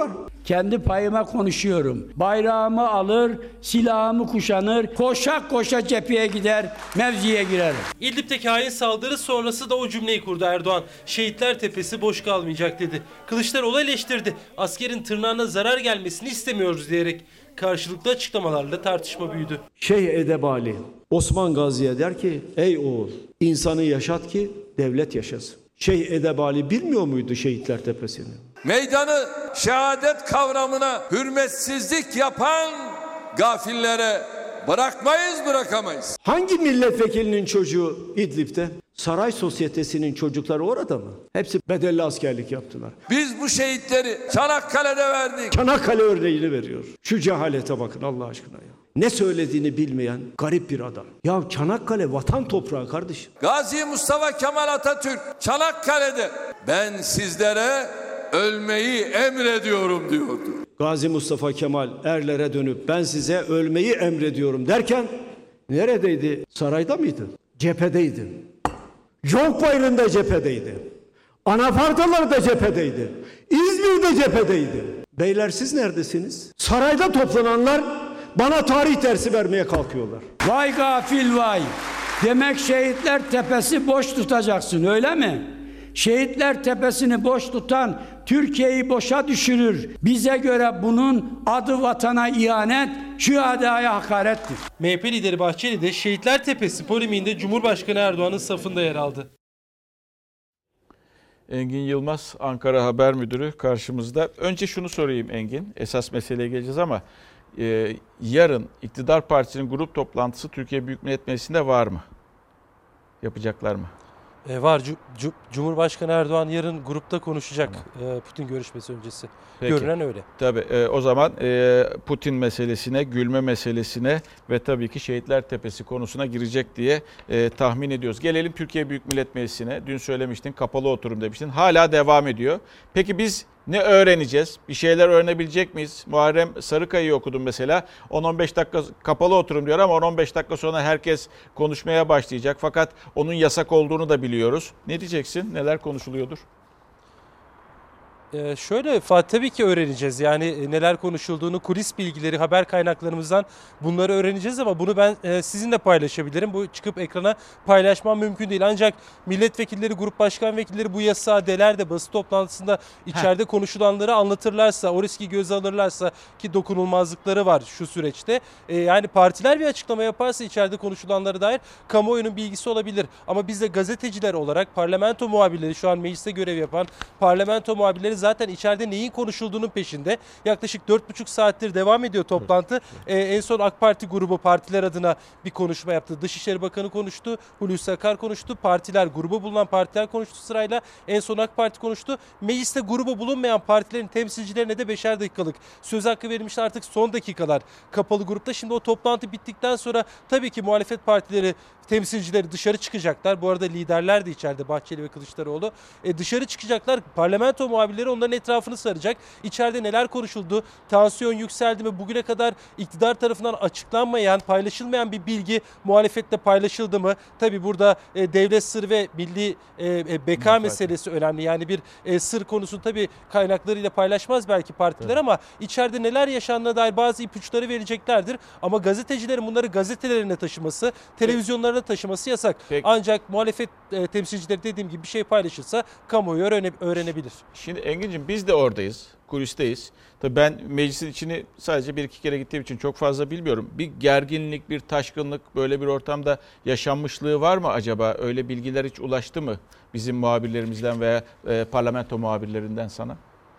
Kendi payıma konuşuyorum. Bayrağımı alır, silahımı kuşanır, koşa koşa cepheye gider, mevziye girerim. İdlib'teki hain saldırı sonrası da o cümleyi kurdu Erdoğan. Şehitler Tepesi boş kalmayacak dedi. Kılıçdaroğlu eleştirdi. Askerin tırnağına zarar gelmesini istemiyoruz diyerek. Karşılıklı açıklamalarla tartışma büyüdü. Şeyh Edebali Osman Gazi'ye der ki ey oğul insanı yaşat ki devlet yaşasın. Şeyh Edebali bilmiyor muydu Şehitler Tepesi'ni? Meydanı şehadet kavramına hürmetsizlik yapan gafillere bırakmayız, bırakamayız. Hangi milletvekilinin çocuğu İdlib'de? Saray sosyetesinin çocukları orada mı? Hepsi bedelli askerlik yaptılar. Biz bu şehitleri Çanakkale'de verdik. Çanakkale örneğini veriyor. Şu cehalete bakın Allah aşkına ya. Ne söylediğini bilmeyen garip bir adam. Ya Çanakkale vatan toprağı kardeşim. Gazi Mustafa Kemal Atatürk Çanakkale'de ben sizlere ölmeyi emrediyorum diyordu. Gazi Mustafa Kemal erlere dönüp ben size ölmeyi emrediyorum derken neredeydi? Sarayda mıydı? Cephedeydi. Jonkbayrı'nda cephedeydi. Anafartalar'da cephedeydi. İzmir'de cephedeydi. Beyler siz neredesiniz? Sarayda toplananlar bana tarih dersi vermeye kalkıyorlar. Vay gafil vay. Demek Şehitler Tepesi boş tutacaksın öyle mi? Şehitler Tepesi'ni boş tutan Türkiye'yi boşa düşürür. Bize göre bunun adı vatana ihanet, şühedaya hakarettir. M H P lideri Bahçeli de Şehitler Tepesi polemiğinde Cumhurbaşkanı Erdoğan'ın safında yer aldı. Engin Yılmaz, Ankara Haber Müdürü karşımızda. Önce şunu sorayım Engin, esas meseleye geleceğiz ama e, yarın iktidar partisinin grup toplantısı Türkiye Büyük Millet Meclisi'nde var mı? Yapacaklar mı? E var. C- Cumhurbaşkanı Erdoğan yarın grupta konuşacak tamam. e, Putin görüşmesi öncesi. Peki. Görünen öyle. Tabii e, o zaman e, Putin meselesine, gülme meselesine ve tabii ki Şehitler Tepesi konusuna girecek diye e, tahmin ediyoruz. Gelelim Türkiye Büyük Millet Meclisi'ne. Dün söylemiştin, kapalı oturum demiştin. Hala devam ediyor. Peki biz ne öğreneceğiz? Bir şeyler öğrenebilecek miyiz? Muharrem Sarıkaya'yı okudum mesela. on on beş dakika kapalı oturum diyor ama on on beş dakika sonra herkes konuşmaya başlayacak. Fakat onun yasak olduğunu da biliyoruz. Ne diyeceksin? Neler konuşuluyordur? Ee, şöyle Fatih tabii ki öğreneceğiz. Yani neler konuşulduğunu, kulis bilgileri, haber kaynaklarımızdan bunları öğreneceğiz ama bunu ben e, sizinle paylaşabilirim. Bu çıkıp ekrana paylaşmam mümkün değil. Ancak milletvekilleri, grup başkan vekilleri bu yasağı deler de basın toplantısında içeride Heh. konuşulanları anlatırlarsa, o riski göze alırlarsa ki dokunulmazlıkları var şu süreçte. E, yani partiler bir açıklama yaparsa içeride konuşulanlara dair kamuoyunun bilgisi olabilir. Ama biz de gazeteciler olarak parlamento muhabirleri, şu an mecliste görev yapan parlamento muhabirleri zaten içeride neyin konuşulduğunun peşinde. Yaklaşık dört buçuk saattir devam ediyor toplantı. Ee, en son AK Parti grubu partiler adına bir konuşma yaptı. Dışişleri Bakanı konuştu, Hulusi Akar konuştu, partiler, grubu bulunan partiler konuştu sırayla. En son AK Parti konuştu. Mecliste grubu bulunmayan partilerin temsilcilerine de beşer dakikalık söz hakkı verilmişti, artık son dakikalar kapalı grupta. Şimdi o toplantı bittikten sonra tabii ki muhalefet partileri temsilcileri dışarı çıkacaklar. Bu arada liderler de içeride, Bahçeli ve Kılıçdaroğlu. E, dışarı çıkacaklar. Parlamento muhabirleri onların etrafını saracak. İçeride neler konuşuldu? Tansiyon yükseldi mi? Bugüne kadar iktidar tarafından açıklanmayan, paylaşılmayan bir bilgi muhalefetle paylaşıldı mı? Tabii burada e, devlet sırrı ve milli e, e, beka Zaten. meselesi önemli. Yani bir e, sır konusunu tabii kaynaklarıyla paylaşmaz belki partiler evet. ama içeride neler yaşandığına dair bazı ipuçları vereceklerdir. Ama gazetecilerin bunları gazetelerine taşıması, televizyonlara taşıması yasak. Peki. Ancak muhalefet e, temsilcileri dediğim gibi bir şey paylaşırsa kamuoyu öğrene, öğrenebilir. Şimdi Engin'cim biz de oradayız, kulisteyiz. Tabii ben meclisin içini sadece bir iki kere gittiğim için çok fazla bilmiyorum. Bir gerginlik, bir taşkınlık, böyle bir ortamda yaşanmışlığı var mı acaba? Öyle bilgiler hiç ulaştı mı bizim muhabirlerimizden veya e, parlamento muhabirlerinden sana?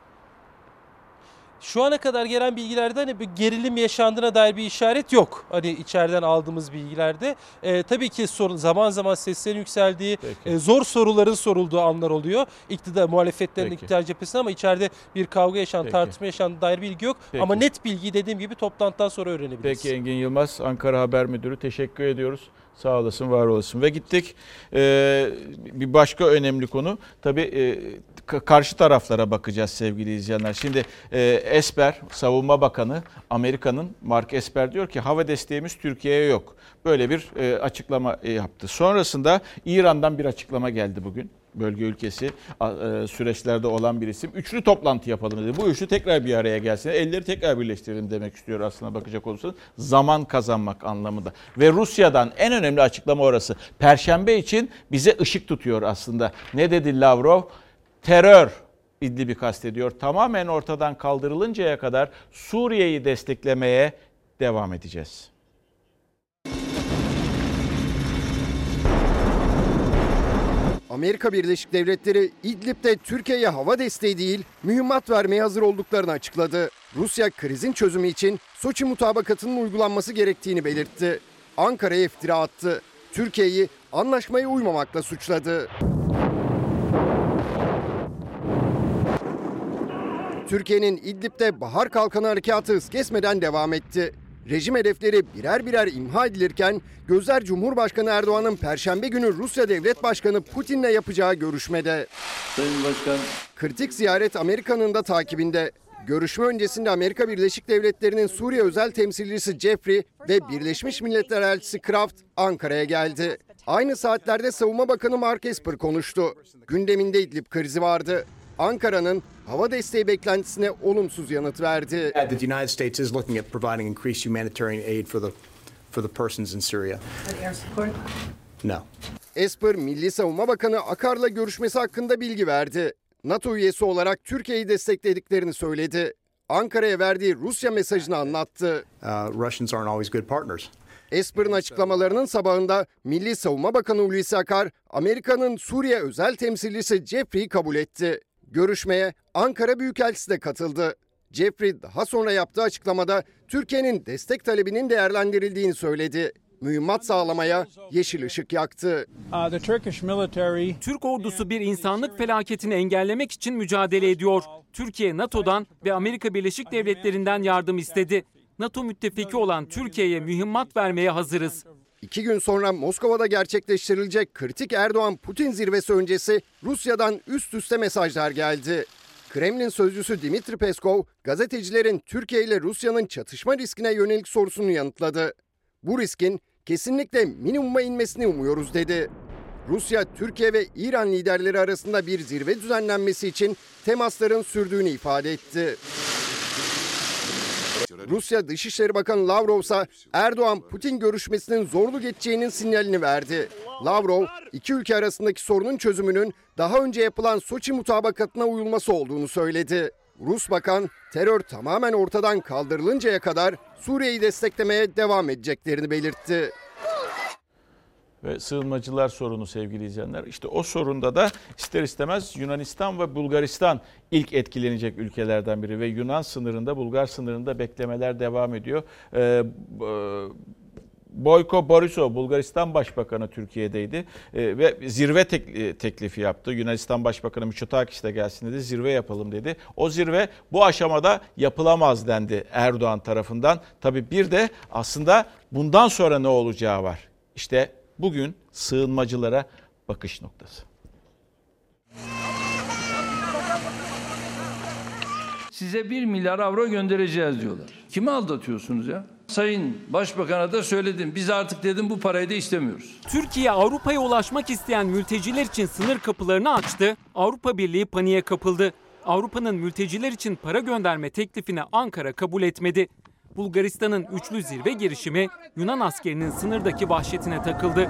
Şu ana kadar gelen bilgilerde hani bir gerilim yaşandığına dair bir işaret yok. Hani içeriden aldığımız bilgilerde. Ee, tabii ki soru, zaman zaman seslerin yükseldiği, e, zor soruların sorulduğu anlar oluyor. İktidar, muhalefetlerin Peki. iktidar cephesinde ama içeride bir kavga yaşandı, tartışma yaşandı dair bilgi yok. Peki. Ama net bilgiyi dediğim gibi toplantıdan sonra öğrenebiliriz. Peki Engin Yılmaz, Ankara Haber Müdürü, teşekkür ediyoruz. Sağ olasın, var olasın. Ve gittik ee, bir başka önemli konu. Tabii e, karşı taraflara bakacağız sevgili izleyenler. Şimdi e, Esper, Savunma Bakanı, Amerika'nın Mark Esper diyor ki hava desteğimiz Türkiye'ye yok. Böyle bir e, açıklama e, yaptı. Sonrasında İran'dan bir açıklama geldi bugün. bölge ülkesi süreçlerde olan bir isim. Üçlü toplantı yapalım dedi. Bu üçlü tekrar bir araya gelsin. Elleri tekrar birleştirelim demek istiyor aslında bakacak olursanız. Zaman kazanmak anlamında. Ve Rusya'dan en önemli açıklama orası. Perşembe için bize ışık tutuyor aslında. Ne dedi Lavrov? Terör İdlib'i kastediyor. Tamamen ortadan kaldırılıncaya kadar Suriye'yi desteklemeye devam edeceğiz. Amerika Birleşik Devletleri İdlib'de Türkiye'ye hava desteği değil, mühimmat vermeye hazır olduklarını açıkladı. Rusya krizin çözümü için Soçi mutabakatının uygulanması gerektiğini belirtti. Ankara'ya iftira attı. Türkiye'yi anlaşmaya uymamakla suçladı. Türkiye'nin İdlib'de Bahar Kalkanı harekatı hız kesmeden devam etti. Rejim hedefleri birer birer imha edilirken gözler Cumhurbaşkanı Erdoğan'ın Perşembe günü Rusya Devlet Başkanı Putin'le yapacağı görüşmede. Sayın Başkan. Kritik ziyaret Amerika'nın da takibinde. Görüşme öncesinde Amerika Birleşik Devletleri'nin Suriye özel temsilcisi Jeffrey ve Birleşmiş Milletler elçisi Kraft Ankara'ya geldi. Aynı saatlerde Savunma Bakanı Mark Esper konuştu. Gündeminde İdlib krizi vardı. Ankara'nın hava desteği beklentisine olumsuz yanıt verdi. The United States is looking at providing increased humanitarian aid for the for the persons in Syria. Air support? No. Esper, Milli Savunma Bakanı Akar'la görüşmesi hakkında bilgi verdi. NATO üyesi olarak Türkiye'yi desteklediklerini söyledi. Ankara'ya verdiği Rusya mesajını anlattı. Uh, Russians aren't always good partners. Esper'in açıklamalarının sabahında Milli Savunma Bakanı Hulusi Akar, Amerika'nın Suriye özel temsilcisi Jeffrey'i kabul etti. Görüşmeye Ankara Büyükelçisi de katıldı. Jeffrey daha sonra yaptığı açıklamada Türkiye'nin destek talebinin değerlendirildiğini söyledi. Mühimmat sağlamaya yeşil ışık yaktı. Türk ordusu bir insanlık felaketini engellemek için mücadele ediyor. Türkiye NATO'dan ve Amerika Birleşik Devletleri'nden yardım istedi. NATO müttefiki olan Türkiye'ye mühimmat vermeye hazırız. İki gün sonra Moskova'da gerçekleştirilecek kritik Erdoğan-Putin zirvesi öncesi Rusya'dan üst üste mesajlar geldi. Kremlin sözcüsü Dmitri Peskov, gazetecilerin Türkiye ile Rusya'nın çatışma riskine yönelik sorusunu yanıtladı. Bu riskin kesinlikle minimuma inmesini umuyoruz dedi. Rusya, Türkiye ve İran liderleri arasında bir zirve düzenlenmesi için temasların sürdüğünü ifade etti. Rusya Dışişleri Bakanı Lavrov ise Erdoğan-Putin görüşmesinin zorlu geçeceğinin sinyalini verdi. Lavrov, iki ülke arasındaki sorunun çözümünün daha önce yapılan Soçi mutabakatına uyulması olduğunu söyledi. Rus bakan, terör tamamen ortadan kaldırılıncaya kadar Suriye'yi desteklemeye devam edeceklerini belirtti. Ve sığınmacılar sorunu sevgili izleyenler. İşte o sorunda da ister istemez Yunanistan ve Bulgaristan ilk etkilenecek ülkelerden biri. Ve Yunan sınırında, Bulgar sınırında beklemeler devam ediyor. Ee, Boyko Borisov, Bulgaristan Başbakanı Türkiye'deydi ee, ve zirve tek, teklifi yaptı. Yunanistan Başbakanı Mitsotakis de gelsin dedi, zirve yapalım dedi. O zirve bu aşamada yapılamaz dendi Erdoğan tarafından. Tabii bir de aslında bundan sonra ne olacağı var. İşte bugün sığınmacılara bakış noktası. Size bir milyar avro göndereceğiz diyorlar. Kimi aldatıyorsunuz ya? Sayın Başbakan'a da söyledim. Biz artık dedim bu parayı da istemiyoruz. Türkiye Avrupa'ya ulaşmak isteyen mülteciler için sınır kapılarını açtı. Avrupa Birliği paniğe kapıldı. Avrupa'nın mülteciler için para gönderme teklifini Ankara kabul etmedi. Bulgaristan'ın üçlü zirve girişimi Yunan askerinin sınırdaki vahşetine takıldı.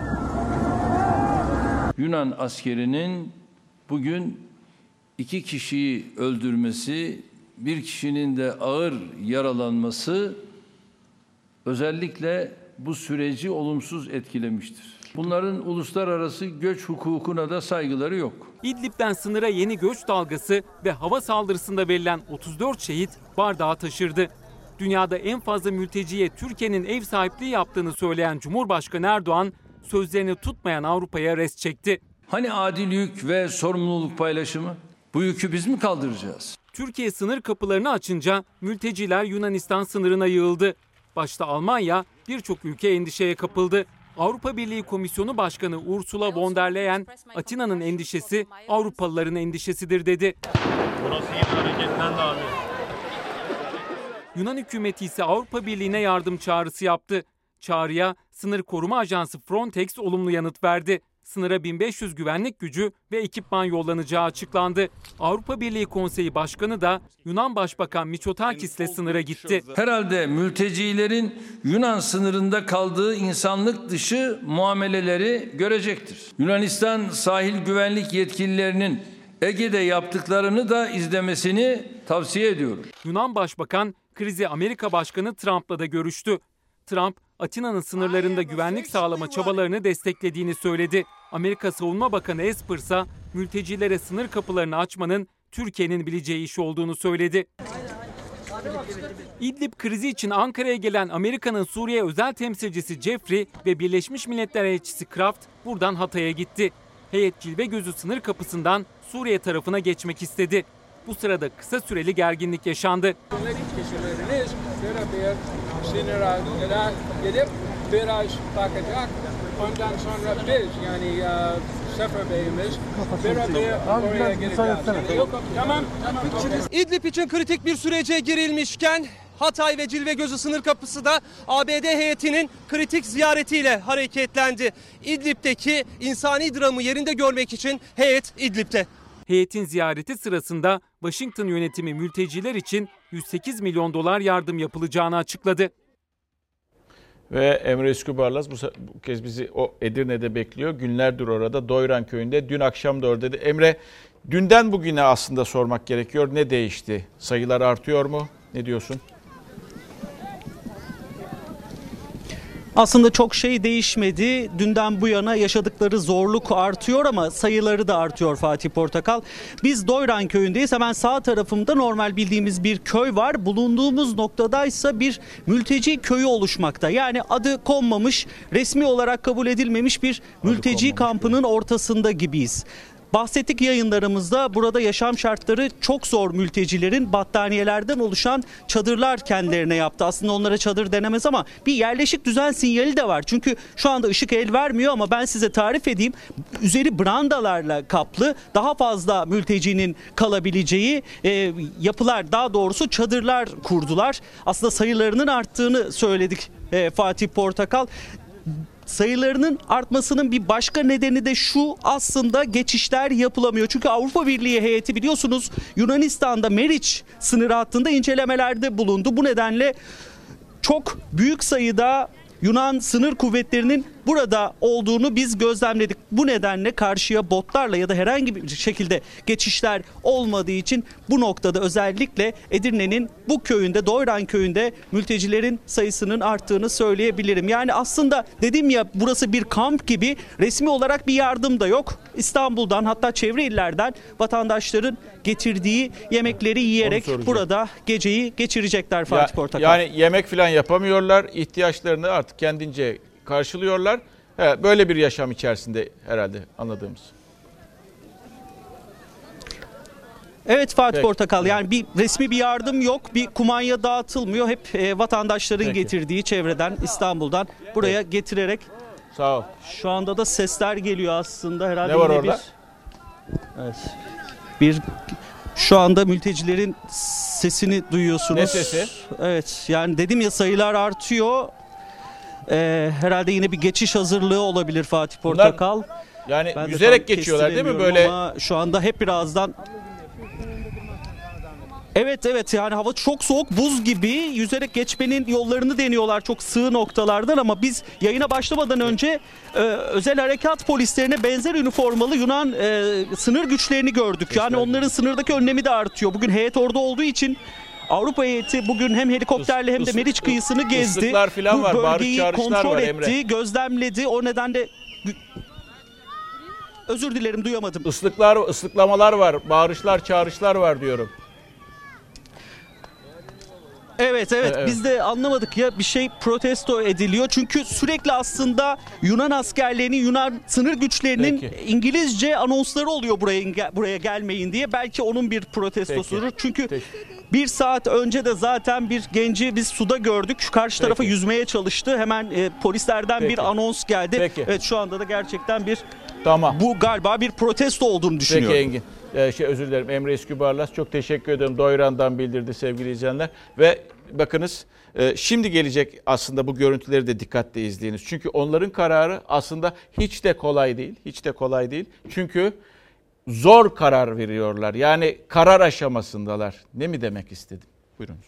Yunan askerinin bugün iki kişiyi öldürmesi, bir kişinin de ağır yaralanması özellikle bu süreci olumsuz etkilemiştir. Bunların uluslararası göç hukukuna da saygıları yok. İdlib'den sınıra yeni göç dalgası ve hava saldırısında verilen otuz dört şehit bardağı taşırdı. Dünyada en fazla mülteciye Türkiye'nin ev sahipliği yaptığını söyleyen Cumhurbaşkanı Erdoğan, sözlerini tutmayan Avrupa'ya rest çekti. Hani adil yük ve sorumluluk paylaşımı? Bu yükü biz mi kaldıracağız? Türkiye sınır kapılarını açınca mülteciler Yunanistan sınırına yığıldı. Başta Almanya, birçok ülke endişeye kapıldı. Avrupa Birliği Komisyonu Başkanı Ursula von der Leyen, Atina'nın endişesi Avrupalıların endişesidir dedi. Burası yine hareketlendi abi. Yunan hükümeti ise Avrupa Birliği'ne yardım çağrısı yaptı. Çağrıya Sınır Koruma Ajansı Frontex olumlu yanıt verdi. Sınıra bin beş yüz güvenlik gücü ve ekipman yollanacağı açıklandı. Avrupa Birliği Konseyi Başkanı da Yunan Başbakan Mitsotakis'le sınıra gitti. Herhalde mültecilerin Yunan sınırında kaldığı insanlık dışı muameleleri görecektir. Yunanistan sahil güvenlik yetkililerinin Ege'de yaptıklarını da izlemesini tavsiye ediyorum. Yunan Başbakan krizi Amerika Başkanı Trump'la da görüştü. Trump, Atina'nın sınırlarında güvenlik sağlama çabalarını desteklediğini söyledi. Amerika Savunma Bakanı Esper ise mültecilere sınır kapılarını açmanın Türkiye'nin bileceği iş olduğunu söyledi. İdlib krizi için Ankara'ya gelen Amerika'nın Suriye özel temsilcisi Jeffrey ve Birleşmiş Milletler elçisi Kraft buradan Hatay'a gitti. Heyet Cilvegözü sınır kapısından Suriye tarafına geçmek istedi. Bu sırada kısa süreli gerginlik yaşandı. İdlib için kritik bir sürece girilmişken Hatay ve Cilvegözü sınır kapısı da A B D heyetinin kritik ziyaretiyle hareketlendi. İdlib'deki insani dramı yerinde görmek için heyet İdlib'te. Heyetin ziyareti sırasında Washington yönetimi mülteciler için yüz sekiz milyon dolar yardım yapılacağını açıkladı. Ve Emre Üskübarlaz bu, bu kez bizi o Edirne'de bekliyor. Günlerdir orada, Doyran köyünde. Dün akşam da oradaydı. Emre, dünden bugüne aslında sormak gerekiyor. Ne değişti? Sayılar artıyor mu? Ne diyorsun? Aslında çok şey değişmedi. Dünden bu yana yaşadıkları zorluk artıyor ama sayıları da artıyor Fatih Portakal. Biz Doyran köyündeyiz. Hemen sağ tarafımda normal bildiğimiz bir köy var. Bulunduğumuz noktadaysa bir mülteci köyü oluşmakta. Yani adı konmamış, resmi olarak kabul edilmemiş bir mülteci kampının ortasında gibiyiz. Bahsettik yayınlarımızda, burada yaşam şartları çok zor mültecilerin. Battaniyelerden oluşan çadırlar kendilerine yaptı. Aslında onlara çadır denemez ama bir yerleşik düzen sinyali de var. Çünkü şu anda ışık el vermiyor ama ben size tarif edeyim. Üzeri brandalarla kaplı, daha fazla mültecinin kalabileceği e, yapılar, daha doğrusu çadırlar kurdular. Aslında sayılarının arttığını söyledik e, Fatih Portakal. Sayılarının artmasının bir başka nedeni de şu: aslında geçişler yapılamıyor. Çünkü Avrupa Birliği heyeti biliyorsunuz Yunanistan'da Meriç sınırı hattında incelemelerde bulundu. Bu nedenle çok büyük sayıda Yunan sınır kuvvetlerinin burada olduğunu biz gözlemledik. Bu nedenle karşıya botlarla ya da herhangi bir şekilde geçişler olmadığı için bu noktada özellikle Edirne'nin bu köyünde, Doyran köyünde mültecilerin sayısının arttığını söyleyebilirim. Yani aslında dedim ya, burası bir kamp gibi, resmi olarak bir yardım da yok. İstanbul'dan, hatta çevre illerden vatandaşların getirdiği yemekleri yiyerek burada geceyi geçirecekler Fatih ya, Portakal. Yani yemek falan yapamıyorlar, ihtiyaçlarını artık kendince karşılıyorlar. Evet, böyle bir yaşam içerisinde herhalde anladığımız. Evet Fatih Peki. Portakal, yani bir resmi bir yardım yok, bir kumanya dağıtılmıyor. Hep e, vatandaşların Peki. getirdiği çevreden, İstanbul'dan buraya Peki. getirerek. Sağ ol. Şu anda da sesler geliyor aslında herhalde. Ne var yine orada? Bir, evet. Bir şu anda mültecilerin sesini duyuyorsunuz. Ne sesi? Evet, yani dedim ya, sayılar artıyor. Ee, herhalde yine bir geçiş hazırlığı olabilir Fatih Portakal. Bunlar, yani ben yüzerek geçiyorlar değil mi böyle? Ama şu anda hep birazdan. Evet evet, yani hava çok soğuk, buz gibi, yüzerek geçmenin yollarını deniyorlar çok sığ noktalardan ama biz yayına başlamadan önce e, özel harekat polislerine benzer üniformalı Yunan e, sınır güçlerini gördük. Yani onların sınırdaki önlemi de artıyor. Bugün heyet orada olduğu için Avrupa heyeti bugün hem helikopterle hem de Meriç kıyısını gezdi. Islıklar falan Bu var, bölgeyi bağırış çağrışlar kontrol var etti, Emre. gözlemledi. O nedenle özür dilerim, duyamadım. Islıklar, ıslıklamalar var, bağırışlar, çağrışlar var diyorum. Evet, evet evet biz de anlamadık ya, bir şey protesto ediliyor. Çünkü sürekli aslında Yunan askerlerinin, Yunan sınır güçlerinin Peki. İngilizce anonsları oluyor buraya buraya gelmeyin diye. Belki onun bir protestosudur. Peki. Çünkü Peki. bir saat önce de zaten bir genci biz suda gördük. Karşı tarafa Peki. yüzmeye çalıştı. Hemen e, polislerden Peki. bir anons geldi. Peki. Evet, şu anda da gerçekten bir tamam. bu galiba bir protesto olduğunu düşünüyorum. Peki Engin. Ee, şey özür dilerim Emre Eskübarlas çok teşekkür ederim. Doyran'dan bildirdi sevgili izleyenler. Ve bakınız e, şimdi gelecek aslında bu görüntüleri de dikkatle izleyiniz. Çünkü onların kararı aslında hiç de kolay değil. Hiç de kolay değil. Çünkü zor karar veriyorlar. Yani karar aşamasındalar. Ne mi demek istedim? Buyurunuz.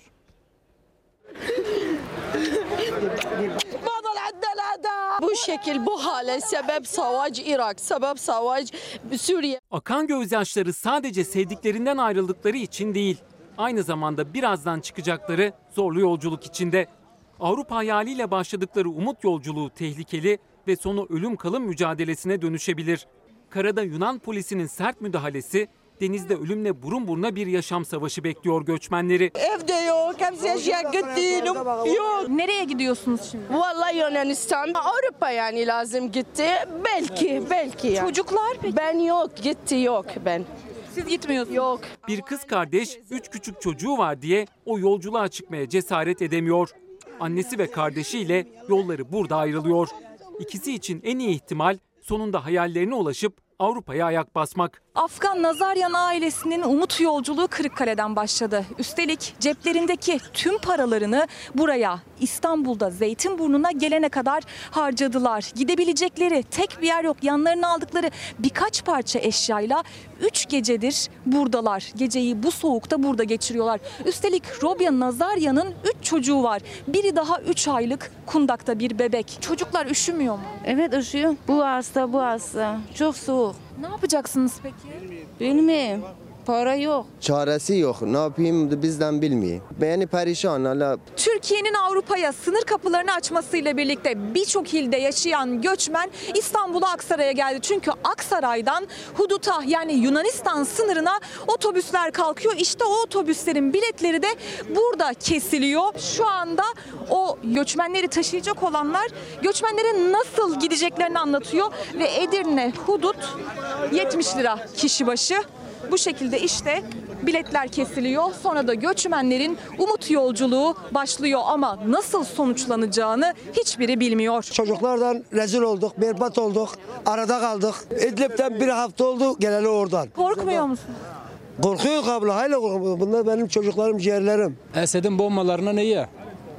Bu şekil, bu hale sebep savaş Irak, sebep savaş Suriye. Akan gözyaşları sadece sevdiklerinden ayrıldıkları için değil, aynı zamanda birazdan çıkacakları zorlu yolculuk içinde. Avrupa hayaliyle başladıkları umut yolculuğu tehlikeli ve sonu ölüm kalım mücadelesine dönüşebilir. Karada Yunan polisinin sert müdahalesi, denizde ölümle burun buruna bir yaşam savaşı bekliyor göçmenleri. Evde yok, hepsi eşya gitti, yok. Nereye gidiyorsunuz şimdi? Vallahi Yunanistan, Avrupa yani lazım gitti. Belki, belki yani. Çocuklar peki? Ben yok, gitti yok ben. Siz gitmiyorsunuz. Yok. Bir kız kardeş, üç küçük çocuğu var diye o yolculuğa çıkmaya cesaret edemiyor. Annesi ve kardeşiyle yolları burada ayrılıyor. İkisi için en iyi ihtimal sonunda hayallerine ulaşıp Avrupa'ya ayak basmak. Afgan Nazaryan ailesinin umut yolculuğu Kırıkkale'den başladı. Üstelik ceplerindeki tüm paralarını buraya, İstanbul'da Zeytinburnu'na gelene kadar harcadılar. Gidebilecekleri tek bir yer yok. Yanlarına aldıkları birkaç parça eşyayla üç gecedir buradalar. Geceyi bu soğukta burada geçiriyorlar. Üstelik Robya Nazaryan'ın üç çocuğu var. Biri daha üç aylık kundakta bir bebek. Çocuklar üşümüyor mu? Evet üşüyor. Bu hasta, bu hasta. Çok soğuk. Ne yapacaksınız peki? Bilmiyorum. Para yok. Çaresi yok. Ne yapayım bizden bilmiyor. Beni perişan hala. Türkiye'nin Avrupa'ya sınır kapılarını açmasıyla birlikte birçok ilde yaşayan göçmen İstanbul'a, Aksaray'a geldi. Çünkü Aksaray'dan Hudut'a yani Yunanistan sınırına otobüsler kalkıyor. İşte o otobüslerin biletleri de burada kesiliyor. Şu anda o göçmenleri taşıyacak olanlar göçmenlere nasıl gideceklerini anlatıyor. Ve Edirne Hudut yetmiş lira kişi başı. Bu şekilde işte biletler kesiliyor. Sonra da göçmenlerin umut yolculuğu başlıyor ama nasıl sonuçlanacağını hiçbiri bilmiyor. Çocuklardan rezil olduk, berbat olduk, arada kaldık. İdlib'den bir hafta oldu geleli oradan. Korkmuyor musun? Korkuyor abla, hala korkuyor. Bunlar benim çocuklarım, ciğerlerim. Esed'in bombalarına ne iyi?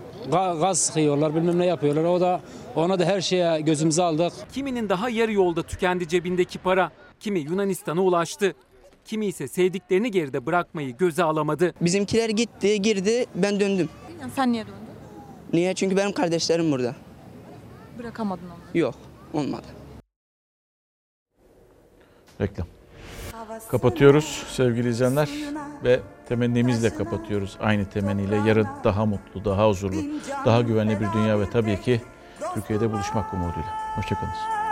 Gaz sıkıyorlar, bilmem ne yapıyorlar. O da ona da her şeye gözümüze aldık. Kiminin daha yarı yolda tükendi cebindeki para, kimi Yunanistan'a ulaştı. Kimi ise sevdiklerini geride bırakmayı göze alamadı. Bizimkiler gitti, girdi, ben döndüm. Sen niye döndün? Niye? Çünkü benim kardeşlerim burada. Bırakamadın onu. Yok, olmadı. Reklam. Kapatıyoruz sevgili izleyenler ve temennimizle kapatıyoruz. Aynı temenniyle yarın daha mutlu, daha huzurlu, daha güvenli bir dünya ve tabii ki Türkiye'de buluşmak umuduyla. Hoşçakalın.